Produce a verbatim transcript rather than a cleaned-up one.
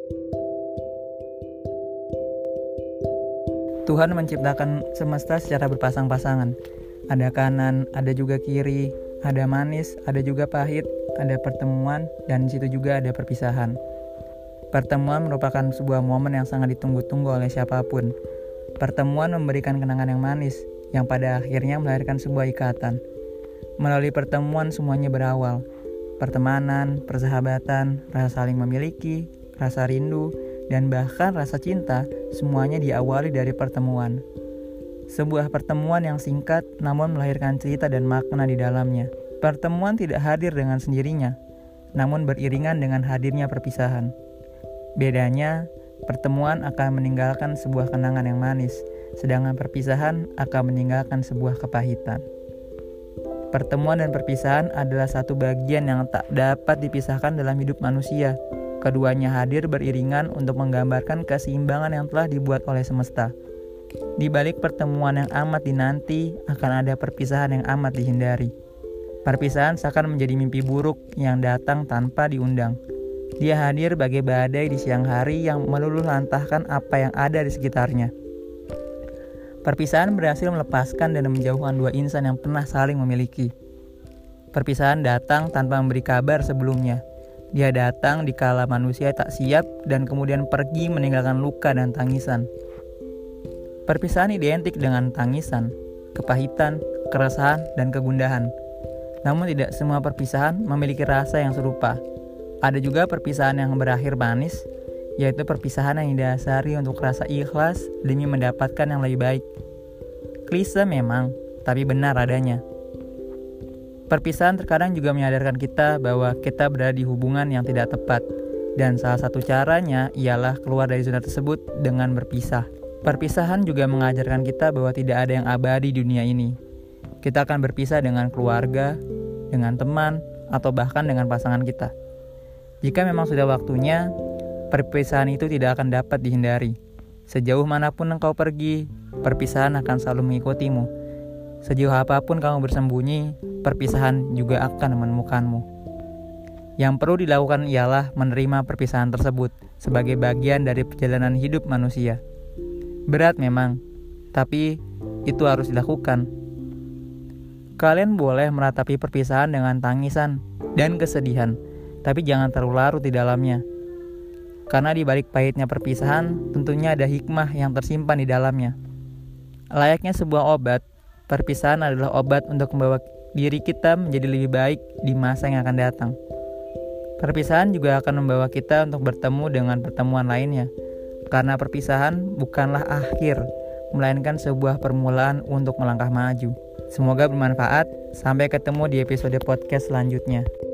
Tuhan menciptakan semesta secara berpasang-pasangan. Ada kanan, ada juga kiri, ada manis, ada juga pahit, ada pertemuan, dan di situ juga ada perpisahan. Pertemuan merupakan sebuah momen yang sangat ditunggu-tunggu oleh siapapun. Pertemuan memberikan kenangan yang manis, yang pada akhirnya melahirkan sebuah ikatan. Melalui pertemuan semuanya berawal. Pertemanan, persahabatan, rasa saling memiliki, rasa rindu, dan bahkan rasa cinta, semuanya diawali dari pertemuan. Sebuah pertemuan yang singkat namun melahirkan cerita dan makna di dalamnya. Pertemuan tidak hadir dengan sendirinya, namun beriringan dengan hadirnya perpisahan. Bedanya, pertemuan akan meninggalkan sebuah kenangan yang manis, sedangkan perpisahan akan meninggalkan sebuah kepahitan. Pertemuan dan perpisahan adalah satu bagian yang tak dapat dipisahkan dalam hidup manusia. Keduanya hadir beriringan untuk menggambarkan keseimbangan yang telah dibuat oleh semesta. Di balik pertemuan yang amat dinanti, akan ada perpisahan yang amat dihindari. Perpisahan seakan menjadi mimpi buruk yang datang tanpa diundang. Dia hadir bagai badai di siang hari yang meluluh lantahkan apa yang ada di sekitarnya. Perpisahan berhasil melepaskan dan menjauhkan dua insan yang pernah saling memiliki. Perpisahan datang tanpa memberi kabar sebelumnya. Dia datang di kala manusia tak siap dan kemudian pergi meninggalkan luka dan tangisan. Perpisahan identik dengan tangisan, kepahitan, keresahan, dan kegundahan. Namun tidak semua perpisahan memiliki rasa yang serupa. Ada juga perpisahan yang berakhir manis, yaitu perpisahan yang didasari untuk rasa ikhlas demi mendapatkan yang lebih baik. Klise memang, tapi benar adanya. Perpisahan terkadang juga menyadarkan kita bahwa kita berada di hubungan yang tidak tepat, dan salah satu caranya ialah keluar dari zona tersebut dengan berpisah. Perpisahan juga mengajarkan kita bahwa tidak ada yang abadi di dunia ini. Kita akan berpisah dengan keluarga, dengan teman, atau bahkan dengan pasangan kita. Jika memang sudah waktunya, perpisahan itu tidak akan dapat dihindari. Sejauh manapun engkau pergi, perpisahan akan selalu mengikutimu. Sejauh apapun kamu bersembunyi, perpisahan juga akan menemukanmu. Yang perlu dilakukan ialah menerima perpisahan tersebut sebagai bagian dari perjalanan hidup manusia. Berat memang, tapi itu harus dilakukan. Kalian boleh meratapi perpisahan dengan tangisan dan kesedihan, tapi jangan terlalu larut di dalamnya. Karena di balik pahitnya perpisahan, tentunya ada hikmah yang tersimpan di dalamnya. Layaknya sebuah obat, perpisahan adalah obat untuk membawa diri kita menjadi lebih baik di masa yang akan datang. Perpisahan juga akan membawa kita untuk bertemu dengan pertemuan lainnya. Karena perpisahan bukanlah akhir, melainkan sebuah permulaan untuk melangkah maju. Semoga bermanfaat. Sampai ketemu di episode podcast selanjutnya.